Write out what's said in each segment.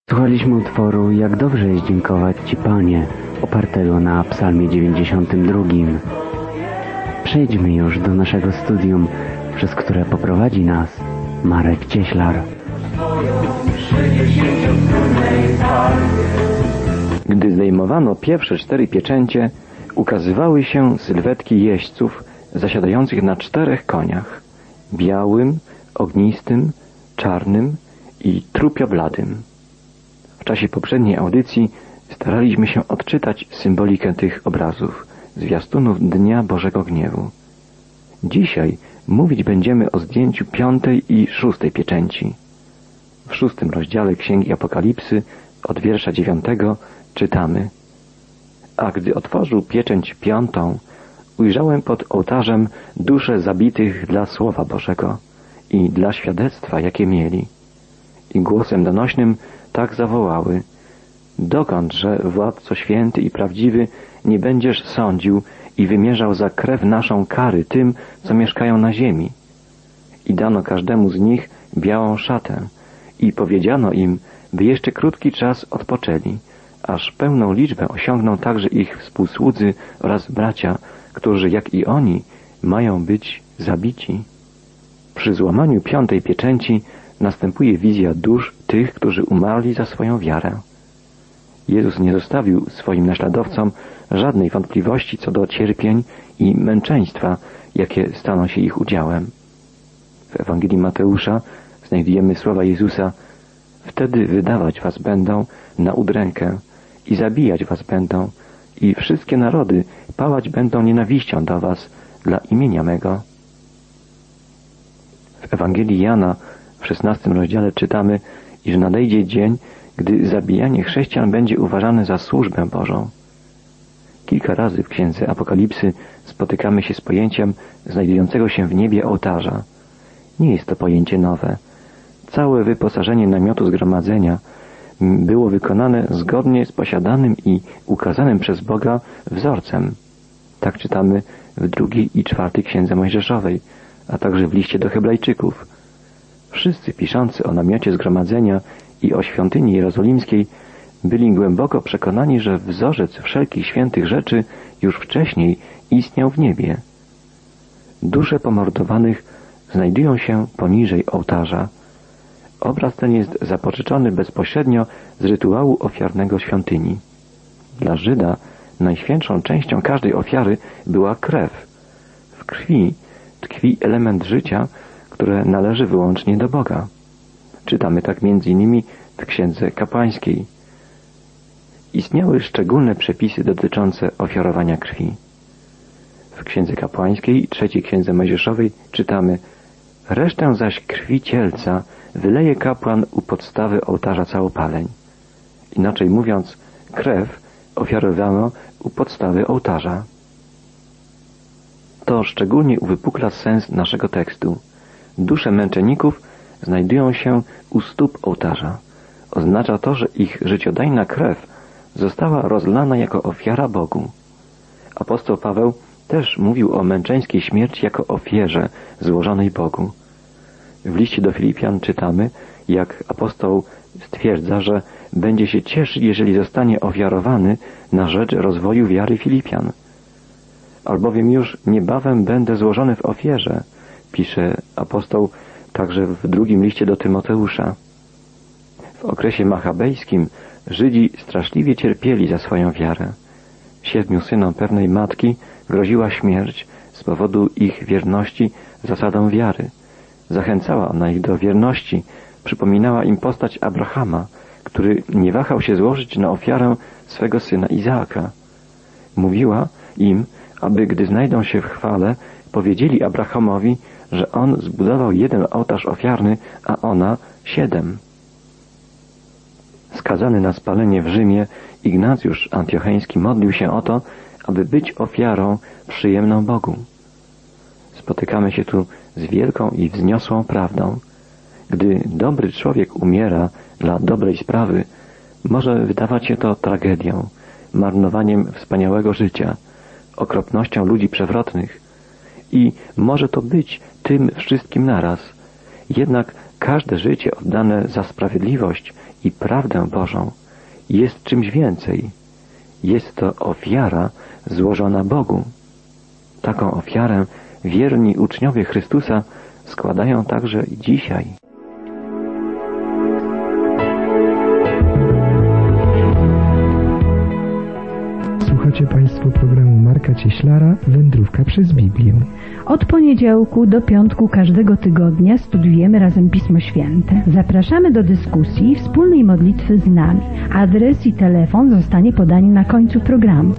Słuchaliśmy utworu Jak dobrze jest dziękować Ci, Panie, opartego na psalmie 92. Przejdźmy już do naszego studium, przez które poprowadzi nas Marek Cieślar. Gdy zdejmowano pierwsze 4 pieczęcie, ukazywały się sylwetki jeźdźców zasiadających na 4 koniach, białym, ognistym, czarnym i trupiobladym. W czasie poprzedniej audycji staraliśmy się odczytać symbolikę tych obrazów, zwiastunów Dnia Bożego Gniewu. Dzisiaj mówić będziemy o zdjęciu 5. i 6. pieczęci. W 6. rozdziale Księgi Apokalipsy od wiersza 9 czytamy: A gdy otworzył pieczęć 5, ujrzałem pod ołtarzem dusze zabitych dla Słowa Bożego i dla świadectwa, jakie mieli. I głosem donośnym tak zawołały: Dokądże, Władco święty i prawdziwy, nie będziesz sądził i wymierzał za krew naszą kary tym, co mieszkają na ziemi? I dano każdemu z nich białą szatę i powiedziano im, by jeszcze krótki czas odpoczęli, aż pełną liczbę osiągną także ich współsłudzy oraz bracia, którzy, jak i oni, mają być zabici. Przy złamaniu 5. pieczęci następuje wizja dusz tych, którzy umarli za swoją wiarę. Jezus nie zostawił swoim naśladowcom żadnej wątpliwości co do cierpień i męczeństwa, jakie staną się ich udziałem. W Ewangelii Mateusza znajdujemy słowa Jezusa: Wtedy wydawać was będą na udrękę i zabijać was będą i wszystkie narody pałać będą nienawiścią do was dla imienia mego. W Ewangelii Jana w 16 rozdziale czytamy, iż nadejdzie dzień, gdy zabijanie chrześcijan będzie uważane za służbę Bożą. Kilka razy w Księdze Apokalipsy spotykamy się z pojęciem znajdującego się w niebie ołtarza. Nie jest to pojęcie nowe. Całe wyposażenie namiotu zgromadzenia było wykonane zgodnie z posiadanym i ukazanym przez Boga wzorcem. Tak czytamy w 2. i 4. Księdze Mojżeszowej, a także w liście do Hebrajczyków. Wszyscy piszący o namiocie zgromadzenia i o świątyni jerozolimskiej byli głęboko przekonani, że wzorzec wszelkich świętych rzeczy już wcześniej istniał w niebie. Dusze pomordowanych znajdują się poniżej ołtarza. Obraz ten jest zapożyczony bezpośrednio z rytuału ofiarnego świątyni. Dla Żyda najświętszą częścią każdej ofiary była krew. W krwi tkwi element życia, które należy wyłącznie do Boga. Czytamy tak m.in. w Księdze Kapłańskiej. Istniały szczególne przepisy dotyczące ofiarowania krwi. W Księdze Kapłańskiej, 3. Księdze Mojżeszowej czytamy: Resztę zaś krwi cielca wyleje kapłan u podstawy ołtarza całopaleń. Inaczej mówiąc, krew ofiarowano u podstawy ołtarza. To szczególnie uwypukla sens naszego tekstu. Dusze męczenników znajdują się u stóp ołtarza. Oznacza to, że ich życiodajna krew została rozlana jako ofiara Bogu. Apostoł Paweł też mówił o męczeńskiej śmierci jako ofierze złożonej Bogu. W liście do Filipian czytamy, jak apostoł stwierdza, że będzie się cieszyć, jeżeli zostanie ofiarowany na rzecz rozwoju wiary Filipian. Albowiem już niebawem będę złożony w ofierze, pisze apostoł także w 2. liście do Tymoteusza. W okresie machabejskim Żydzi straszliwie cierpieli za swoją wiarę. 7 synom pewnej matki groziła śmierć z powodu ich wierności zasadom wiary. Zachęcała ona ich do wierności, przypominała im postać Abrahama, który nie wahał się złożyć na ofiarę swego syna Izaaka. Mówiła im, aby gdy znajdą się w chwale, powiedzieli Abrahamowi, że on zbudował 1 ołtarz ofiarny, a ona 7. Skazany na spalenie w Rzymie, Ignacjusz Antiocheński modlił się o to, aby być ofiarą przyjemną Bogu. Spotykamy się tu z wielką i wzniosłą prawdą. Gdy dobry człowiek umiera dla dobrej sprawy, może wydawać się to tragedią, marnowaniem wspaniałego życia, okropnością ludzi przewrotnych i może to być tym wszystkim naraz. Jednak każde życie oddane za sprawiedliwość i prawdę Bożą jest czymś więcej. Jest to ofiara złożona Bogu. Taką ofiarę wierni uczniowie Chrystusa składają także i dzisiaj. Słuchacie Państwo programu Marka Cieślara Wędrówka przez Biblię. Od poniedziałku do piątku każdego tygodnia studiujemy razem Pismo Święte. Zapraszamy do dyskusji i wspólnej modlitwy z nami. Adres i telefon zostanie podany na końcu programu.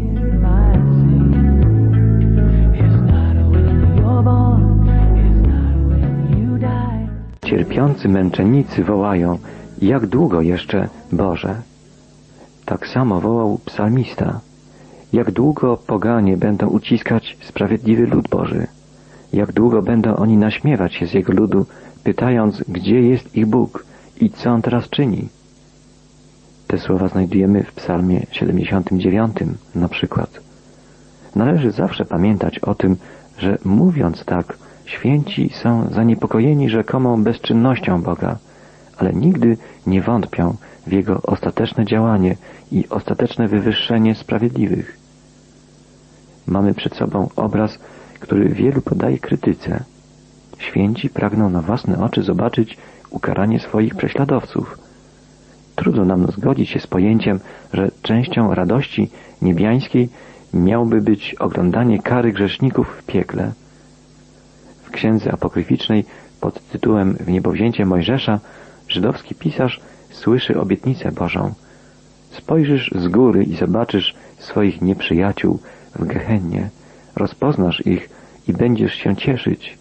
Cierpiący męczennicy wołają: jak długo jeszcze, Boże? Tak samo wołał psalmista: jak długo poganie będą uciskać sprawiedliwy lud Boży? Jak długo będą oni naśmiewać się z Jego ludu, pytając, gdzie jest ich Bóg i co On teraz czyni? Te słowa znajdujemy w psalmie 79 na przykład. Należy zawsze pamiętać o tym, że mówiąc tak, święci są zaniepokojeni rzekomą bezczynnością Boga, ale nigdy nie wątpią w Jego ostateczne działanie i ostateczne wywyższenie sprawiedliwych. Mamy przed sobą obraz, który wielu podaje krytyce. Święci pragną na własne oczy zobaczyć ukaranie swoich prześladowców. Trudno nam zgodzić się z pojęciem, że częścią radości niebiańskiej miałby być oglądanie kary grzeszników w piekle. W księdze apokryficznej pod tytułem W niebowzięcie Mojżesza żydowski pisarz słyszy obietnicę Bożą. Spojrzysz z góry i zobaczysz swoich nieprzyjaciół w Gehennie, rozpoznasz ich i będziesz się cieszyć.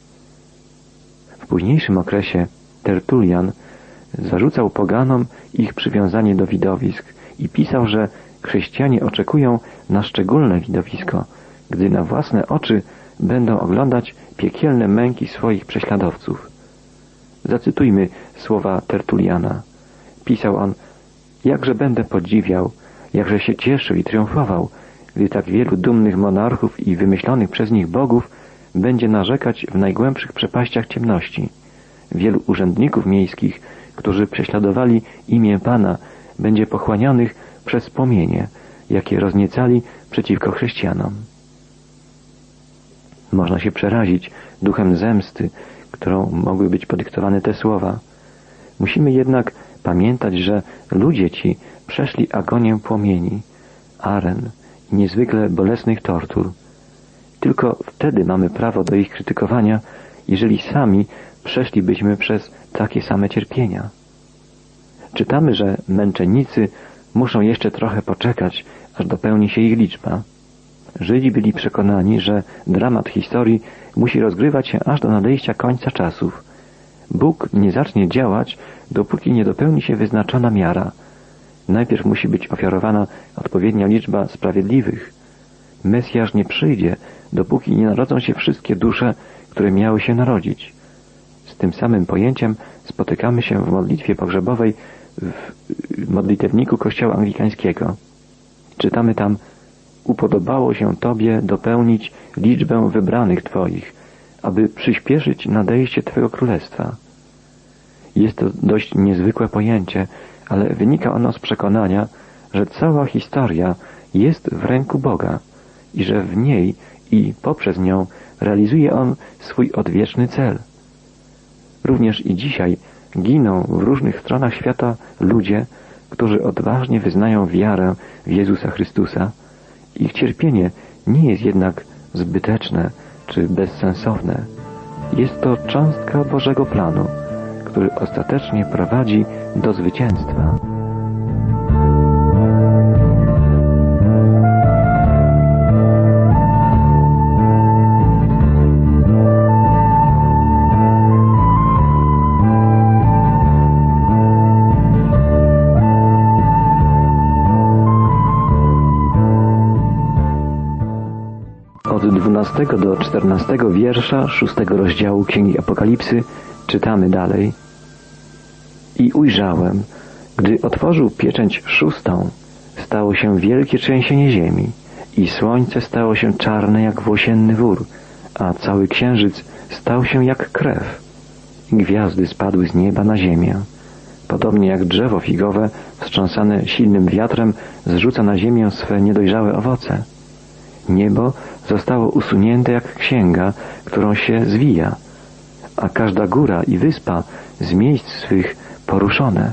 W późniejszym okresie Tertulian zarzucał poganom ich przywiązanie do widowisk i pisał, że chrześcijanie oczekują na szczególne widowisko, gdy na własne oczy będą oglądać piekielne męki swoich prześladowców. Zacytujmy słowa Tertuliana. Pisał on: jakże będę podziwiał, jakże się cieszył i triumfował, gdy tak wielu dumnych monarchów i wymyślonych przez nich bogów będzie narzekać w najgłębszych przepaściach ciemności. Wielu urzędników miejskich, którzy prześladowali imię Pana, będzie pochłanianych przez płomienie, jakie rozniecali przeciwko chrześcijanom. Można się przerazić duchem zemsty, którą mogły być podyktowane te słowa. Musimy jednak pamiętać, że ludzie ci przeszli agonię płomieni, aren i niezwykle bolesnych tortur. Tylko wtedy mamy prawo do ich krytykowania, jeżeli sami przeszlibyśmy przez takie same cierpienia. Czytamy, że męczennicy muszą jeszcze trochę poczekać, aż dopełni się ich liczba. Żydzi byli przekonani, że dramat historii musi rozgrywać się aż do nadejścia końca czasów. Bóg nie zacznie działać, dopóki nie dopełni się wyznaczona miara. Najpierw musi być ofiarowana odpowiednia liczba sprawiedliwych. Mesjasz nie przyjdzie, dopóki nie narodzą się wszystkie dusze, które miały się narodzić. Z tym samym pojęciem spotykamy się w modlitwie pogrzebowej w modlitewniku Kościoła Anglikańskiego. Czytamy tam: upodobało się Tobie dopełnić liczbę wybranych Twoich, aby przyspieszyć nadejście Twojego Królestwa. Jest to dość niezwykłe pojęcie, ale wynika ono z przekonania, że cała historia jest w ręku Boga i że w niej i poprzez nią realizuje On swój odwieczny cel. Również i dzisiaj giną w różnych stronach świata ludzie, którzy odważnie wyznają wiarę w Jezusa Chrystusa. Ich cierpienie nie jest jednak zbyteczne czy bezsensowne. Jest to cząstka Bożego planu, który ostatecznie prowadzi do zwycięstwa. Od 12 do 14 wiersza 6 rozdziału Księgi Apokalipsy czytamy dalej. I ujrzałem, gdy otworzył pieczęć 6, stało się wielkie trzęsienie ziemi i słońce stało się czarne jak włosienny wór, a cały księżyc stał się jak krew. Gwiazdy spadły z nieba na ziemię. Podobnie jak drzewo figowe wstrząsane silnym wiatrem zrzuca na ziemię swe niedojrzałe owoce. Niebo zostało usunięte jak księga, którą się zwija, a każda góra i wyspa z miejsc swych poruszone.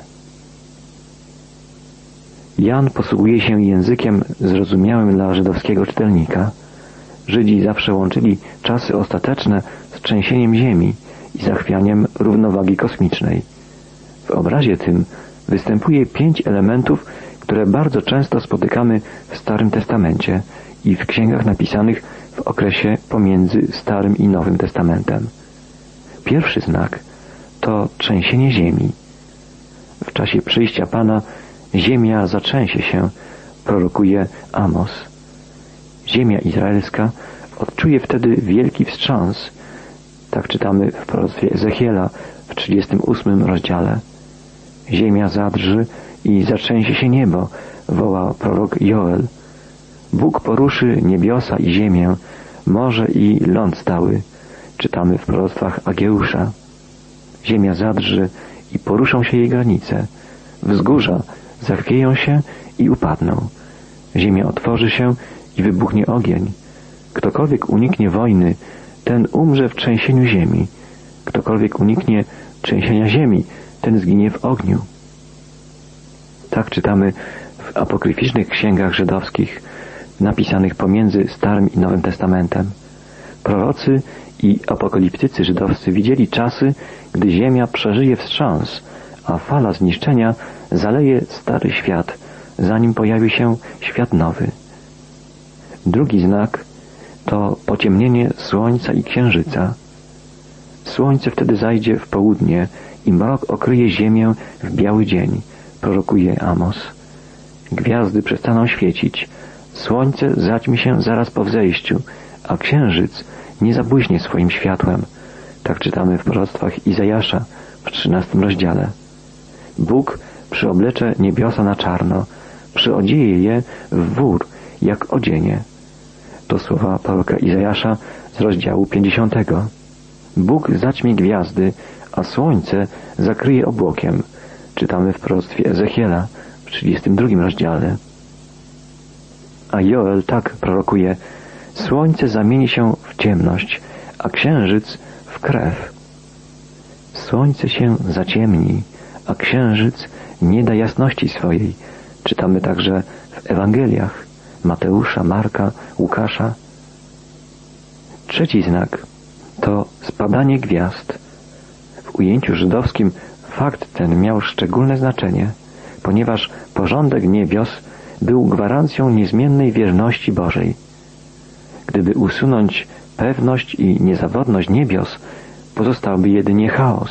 Jan posługuje się językiem zrozumiałym dla żydowskiego czytelnika. Żydzi zawsze łączyli czasy ostateczne z trzęsieniem ziemi i zachwianiem równowagi kosmicznej. W obrazie tym występuje 5 elementów, które bardzo często spotykamy w Starym Testamencie i w księgach napisanych w okresie pomiędzy Starym i Nowym Testamentem. Pierwszy znak to trzęsienie ziemi. W czasie przyjścia Pana ziemia zatrzęsie się, prorokuje Amos. Ziemia izraelska odczuje wtedy wielki wstrząs. Tak czytamy w proroctwie Ezechiela w 38 rozdziale. Ziemia zadrży i zatrzęsie się niebo, woła prorok Joel. Bóg poruszy niebiosa i ziemię, morze i ląd stały, czytamy w proroctwach Ageusza. Ziemia zadrży i poruszą się jej granice. Wzgórza zachwieją się i upadną. Ziemia otworzy się i wybuchnie ogień. Ktokolwiek uniknie wojny, ten umrze w trzęsieniu ziemi. Ktokolwiek uniknie trzęsienia ziemi, ten zginie w ogniu. Tak czytamy w apokryficznych księgach żydowskich, napisanych pomiędzy Starym i Nowym Testamentem. Prorocy i apokaliptycy żydowscy widzieli czasy, gdy ziemia przeżyje wstrząs, a fala zniszczenia zaleje stary świat, zanim pojawi się świat nowy. Drugi znak to pociemnienie słońca i księżyca. Słońce wtedy zajdzie w południe i mrok okryje ziemię w biały dzień, prorokuje Amos. Gwiazdy przestaną świecić, słońce zaćmi się zaraz po wzejściu, a księżyc nie zabłyśnie swoim światłem. Tak czytamy w proroctwach Izajasza w 13 rozdziale. Bóg przyoblecze niebiosa na czarno, przyodzieje je w wór, jak odzienie. To słowa proroka Izajasza z rozdziału 50. Bóg zaćmi gwiazdy, a słońce zakryje obłokiem. Czytamy w proroctwie Ezechiela w 32 rozdziale. A Joel tak prorokuje: słońce zamieni się w ciemność, a księżyc w krew. Słońce się zaciemni, a księżyc nie da jasności swojej. Czytamy także w Ewangeliach Mateusza, Marka, Łukasza. Trzeci znak to spadanie gwiazd. W ujęciu żydowskim fakt ten miał szczególne znaczenie, ponieważ porządek niebios był gwarancją niezmiennej wierności Bożej. Gdyby usunąć pewność i niezawodność niebios, pozostałby jedynie chaos.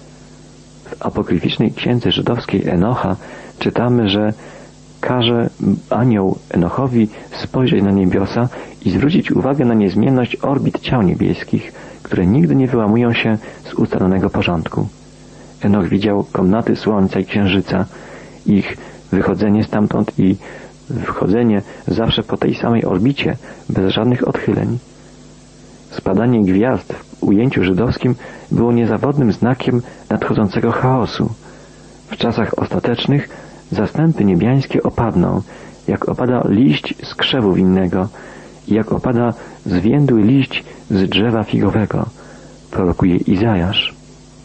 W apokryficznej księdze żydowskiej Enocha czytamy, że każe anioł Enochowi spojrzeć na niebiosa i zwrócić uwagę na niezmienność orbit ciał niebieskich, które nigdy nie wyłamują się z ustalonego porządku. Enoch widział komnaty słońca i księżyca, ich wychodzenie stamtąd i wchodzenie zawsze po tej samej orbicie, bez żadnych odchyleń. Spadanie gwiazd w ujęciu żydowskim było niezawodnym znakiem nadchodzącego chaosu. W czasach ostatecznych zastępy niebiańskie opadną, jak opada liść z krzewu winnego i jak opada zwiędły liść z drzewa figowego, prorokuje Izajasz.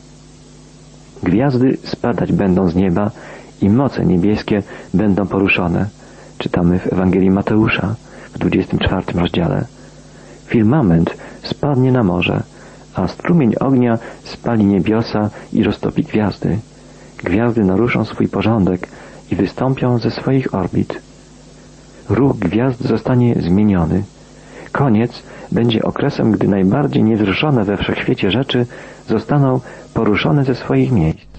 Gwiazdy spadać będą z nieba i moce niebieskie będą poruszone. Czytamy w Ewangelii Mateusza w 24 rozdziale. Firmament spadnie na morze, a strumień ognia spali niebiosa i roztopi gwiazdy. Gwiazdy naruszą swój porządek i wystąpią ze swoich orbit. Ruch gwiazd zostanie zmieniony. Koniec będzie okresem, gdy najbardziej niewzruszone we wszechświecie rzeczy zostaną poruszone ze swoich miejsc.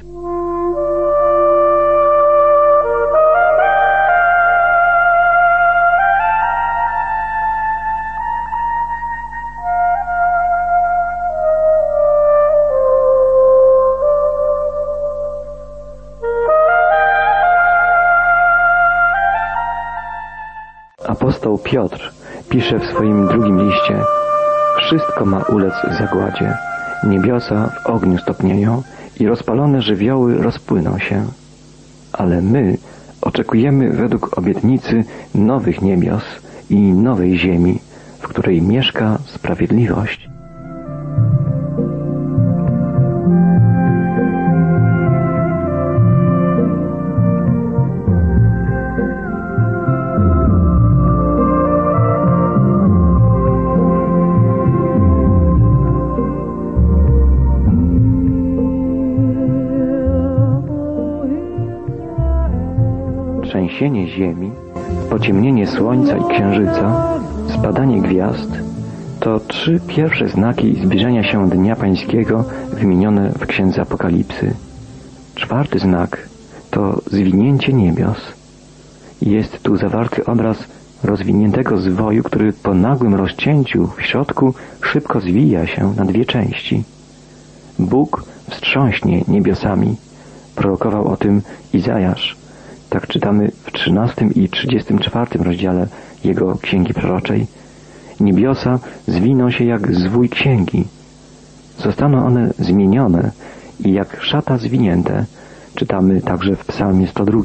Apostoł Piotr pisze w swoim drugim liście: wszystko ma ulec zagładzie Niebiosa w ogniu stopnieją i rozpalone żywioły rozpłyną się. Ale my oczekujemy według obietnicy nowych niebios i nowej ziemi, w której mieszka sprawiedliwość. Trzęsienie ziemi, pociemnienie słońca i księżyca, spadanie gwiazd to 3 pierwsze znaki zbliżania się Dnia Pańskiego wymienione w Księdze Apokalipsy. 4. znak to zwinięcie niebios. Jest tu zawarty obraz rozwiniętego zwoju, który po nagłym rozcięciu w środku szybko zwija się na 2 części. Bóg wstrząśnie niebiosami. Prorokował o tym Izajasz. Tak czytamy w 13 i 34 rozdziale jego księgi proroczej. Niebiosa zwiną się jak zwój księgi. Zostaną one zmienione i jak szata zwinięte. Czytamy także w psalmie 102.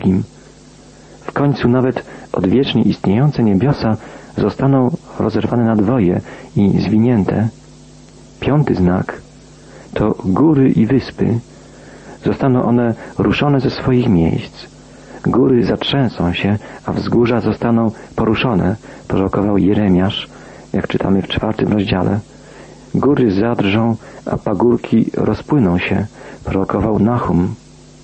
W końcu nawet odwiecznie istniejące niebiosa zostaną rozerwane na dwoje i zwinięte. 5. znak to góry i wyspy. Zostaną one ruszone ze swoich miejsc. Góry zatrzęsą się, a wzgórza zostaną poruszone, prorokował Jeremiasz, jak czytamy w 4 rozdziale. Góry zadrżą, a pagórki rozpłyną się, prorokował Nahum.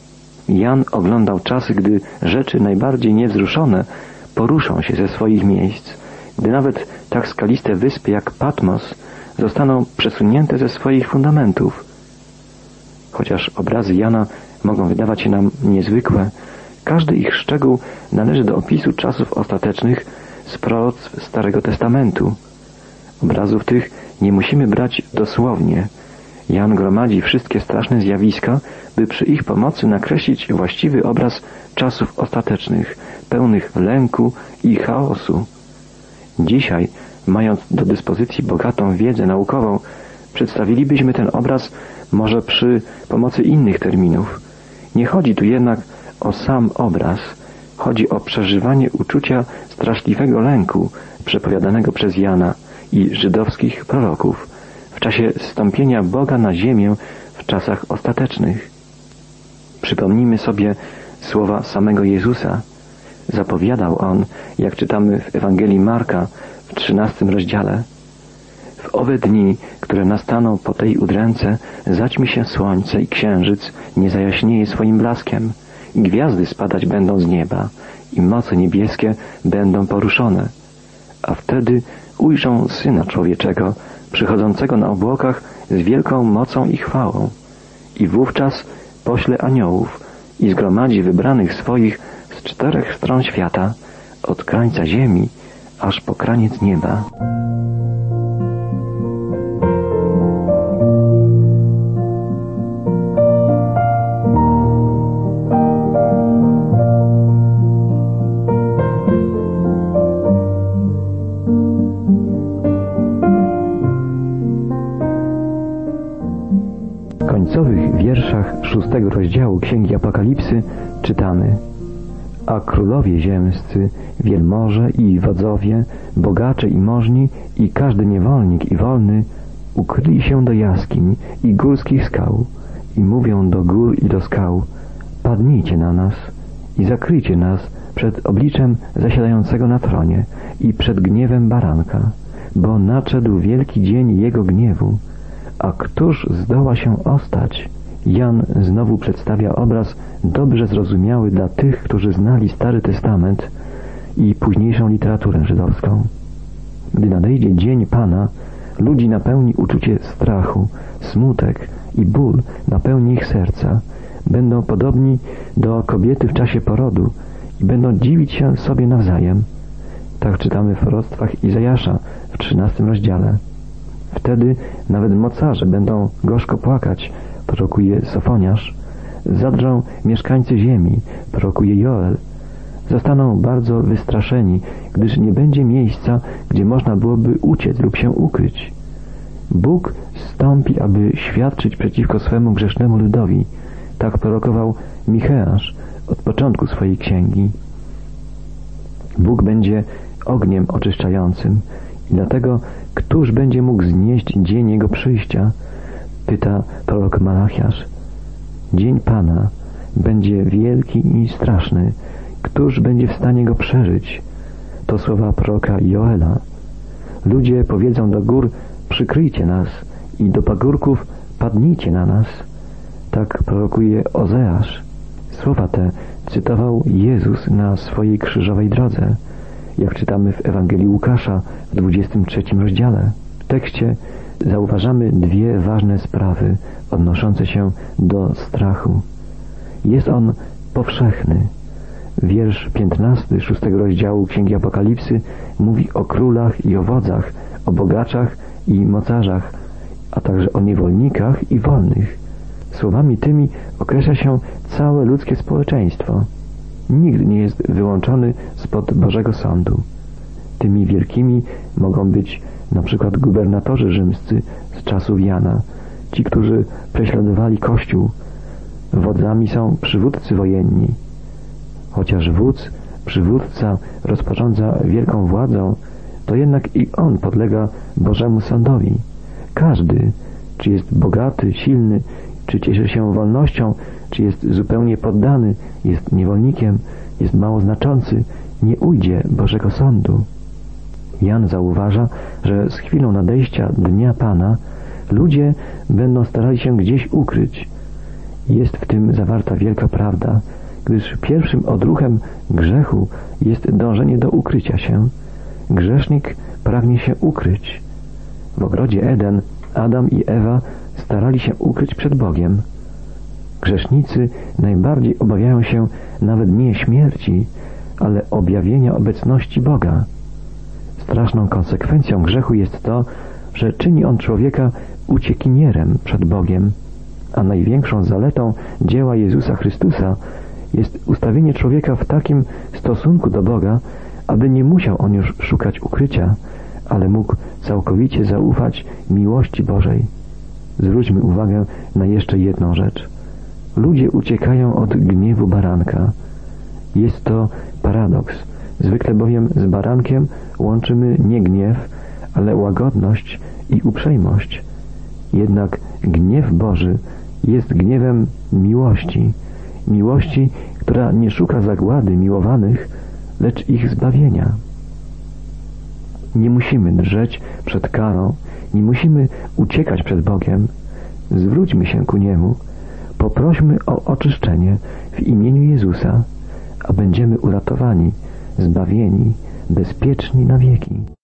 Jan oglądał czasy, gdy rzeczy najbardziej niewzruszone poruszą się ze swoich miejsc, gdy nawet tak skaliste wyspy jak Patmos zostaną przesunięte ze swoich fundamentów. Chociaż obrazy Jana mogą wydawać się nam niezwykłe, każdy ich szczegół należy do opisu czasów ostatecznych z proroctw Starego Testamentu. Obrazów tych nie musimy brać dosłownie. Jan gromadzi wszystkie straszne zjawiska, by przy ich pomocy nakreślić właściwy obraz czasów ostatecznych, pełnych lęku i chaosu. Dzisiaj, mając do dyspozycji bogatą wiedzę naukową, przedstawilibyśmy ten obraz może przy pomocy innych terminów. Nie chodzi tu jednak o sam obraz. Chodzi o przeżywanie uczucia straszliwego lęku przepowiadanego przez Jana i żydowskich proroków w czasie zstąpienia Boga na ziemię w czasach ostatecznych. Przypomnijmy sobie słowa samego Jezusa. Zapowiadał On, jak czytamy w Ewangelii Marka w 13 rozdziale: w owe dni, które nastaną po tej udręce, zaćmi się słońce i księżyc nie zajaśnieje swoim blaskiem. I gwiazdy spadać będą z nieba i moce niebieskie będą poruszone. A wtedy ujrzą Syna Człowieczego, przychodzącego na obłokach z wielką mocą i chwałą. I wówczas pośle aniołów i zgromadzi wybranych swoich z 4 stron świata, od krańca ziemi aż po kraniec nieba. W końcowych wierszach 6 rozdziału Księgi Apokalipsy czytamy: a królowie ziemscy, wielmoże i wodzowie, bogacze i możni i każdy niewolnik i wolny ukryli się do jaskiń i górskich skał i mówią do gór i do skał: padnijcie na nas i zakryjcie nas przed obliczem zasiadającego na tronie i przed gniewem baranka, bo nadszedł wielki dzień jego gniewu. A któż zdoła się ostać? Jan znowu przedstawia obraz dobrze zrozumiały dla tych, którzy znali Stary Testament i późniejszą literaturę żydowską. Gdy nadejdzie dzień Pana, ludzi napełni uczucie strachu, smutek i ból napełni ich serca. Będą podobni do kobiety w czasie porodu i będą dziwić się sobie nawzajem. Tak czytamy w proroctwach Izajasza w 13 rozdziale. Wtedy nawet mocarze będą gorzko płakać, prorokuje Sofoniarz. Zadrżą mieszkańcy ziemi, prorokuje Joel. Zostaną bardzo wystraszeni, gdyż nie będzie miejsca, gdzie można byłoby uciec lub się ukryć. Bóg zstąpi, aby świadczyć przeciwko swemu grzesznemu ludowi. Tak prorokował Micheasz od początku swojej księgi. Bóg będzie ogniem oczyszczającym i dlatego któż będzie mógł znieść dzień Jego przyjścia? Pyta prorok Malachiasz. Dzień Pana będzie wielki i straszny. Któż będzie w stanie go przeżyć? To słowa proroka Joela. Ludzie powiedzą do gór, przykryjcie nas, i do pagórków, padnijcie na nas. Tak prorokuje Ozeasz. Słowa te cytował Jezus na swojej krzyżowej drodze, jak czytamy w Ewangelii Łukasza w 23 rozdziale. W tekście zauważamy dwie ważne sprawy odnoszące się do strachu. Jest on powszechny. Wiersz 15 6 rozdziału Księgi Apokalipsy mówi o królach i o wodzach, o bogaczach i mocarzach, a także o niewolnikach i wolnych. Słowami tymi określa się całe ludzkie społeczeństwo. Nikt nie jest wyłączony spod Bożego Sądu. Tymi wielkimi mogą być na przykład gubernatorzy rzymscy z czasów Jana, ci, którzy prześladowali Kościół. Wodzami są przywódcy wojenni. Chociaż wódz, przywódca rozporządza wielką władzą, to jednak i on podlega Bożemu Sądowi. Każdy, czy jest bogaty, silny, czy cieszy się wolnością, czy jest zupełnie poddany, jest niewolnikiem, jest mało znaczący, nie ujdzie Bożego Sądu. Jan zauważa, że z chwilą nadejścia Dnia Pana ludzie będą starali się gdzieś ukryć. Jest w tym zawarta wielka prawda, gdyż pierwszym odruchem grzechu jest dążenie do ukrycia się. Grzesznik pragnie się ukryć. W ogrodzie Eden Adam i Ewa starali się ukryć przed Bogiem. Grzesznicy najbardziej obawiają się nawet nie śmierci, ale objawienia obecności Boga. Straszną konsekwencją grzechu jest to, że czyni on człowieka uciekinierem przed Bogiem, a największą zaletą dzieła Jezusa Chrystusa jest ustawienie człowieka w takim stosunku do Boga, aby nie musiał on już szukać ukrycia, ale mógł całkowicie zaufać miłości Bożej. Zwróćmy uwagę na jeszcze jedną rzecz. Ludzie uciekają od gniewu baranka. Jest to paradoks. Zwykle bowiem z barankiem łączymy nie gniew, ale łagodność i uprzejmość. Jednak gniew Boży jest gniewem miłości. Miłości, która nie szuka zagłady miłowanych, lecz ich zbawienia. Nie musimy drżeć przed karą, nie musimy uciekać przed Bogiem. Zwróćmy się ku Niemu, poprośmy o oczyszczenie w imieniu Jezusa, a będziemy uratowani, zbawieni, bezpieczni na wieki.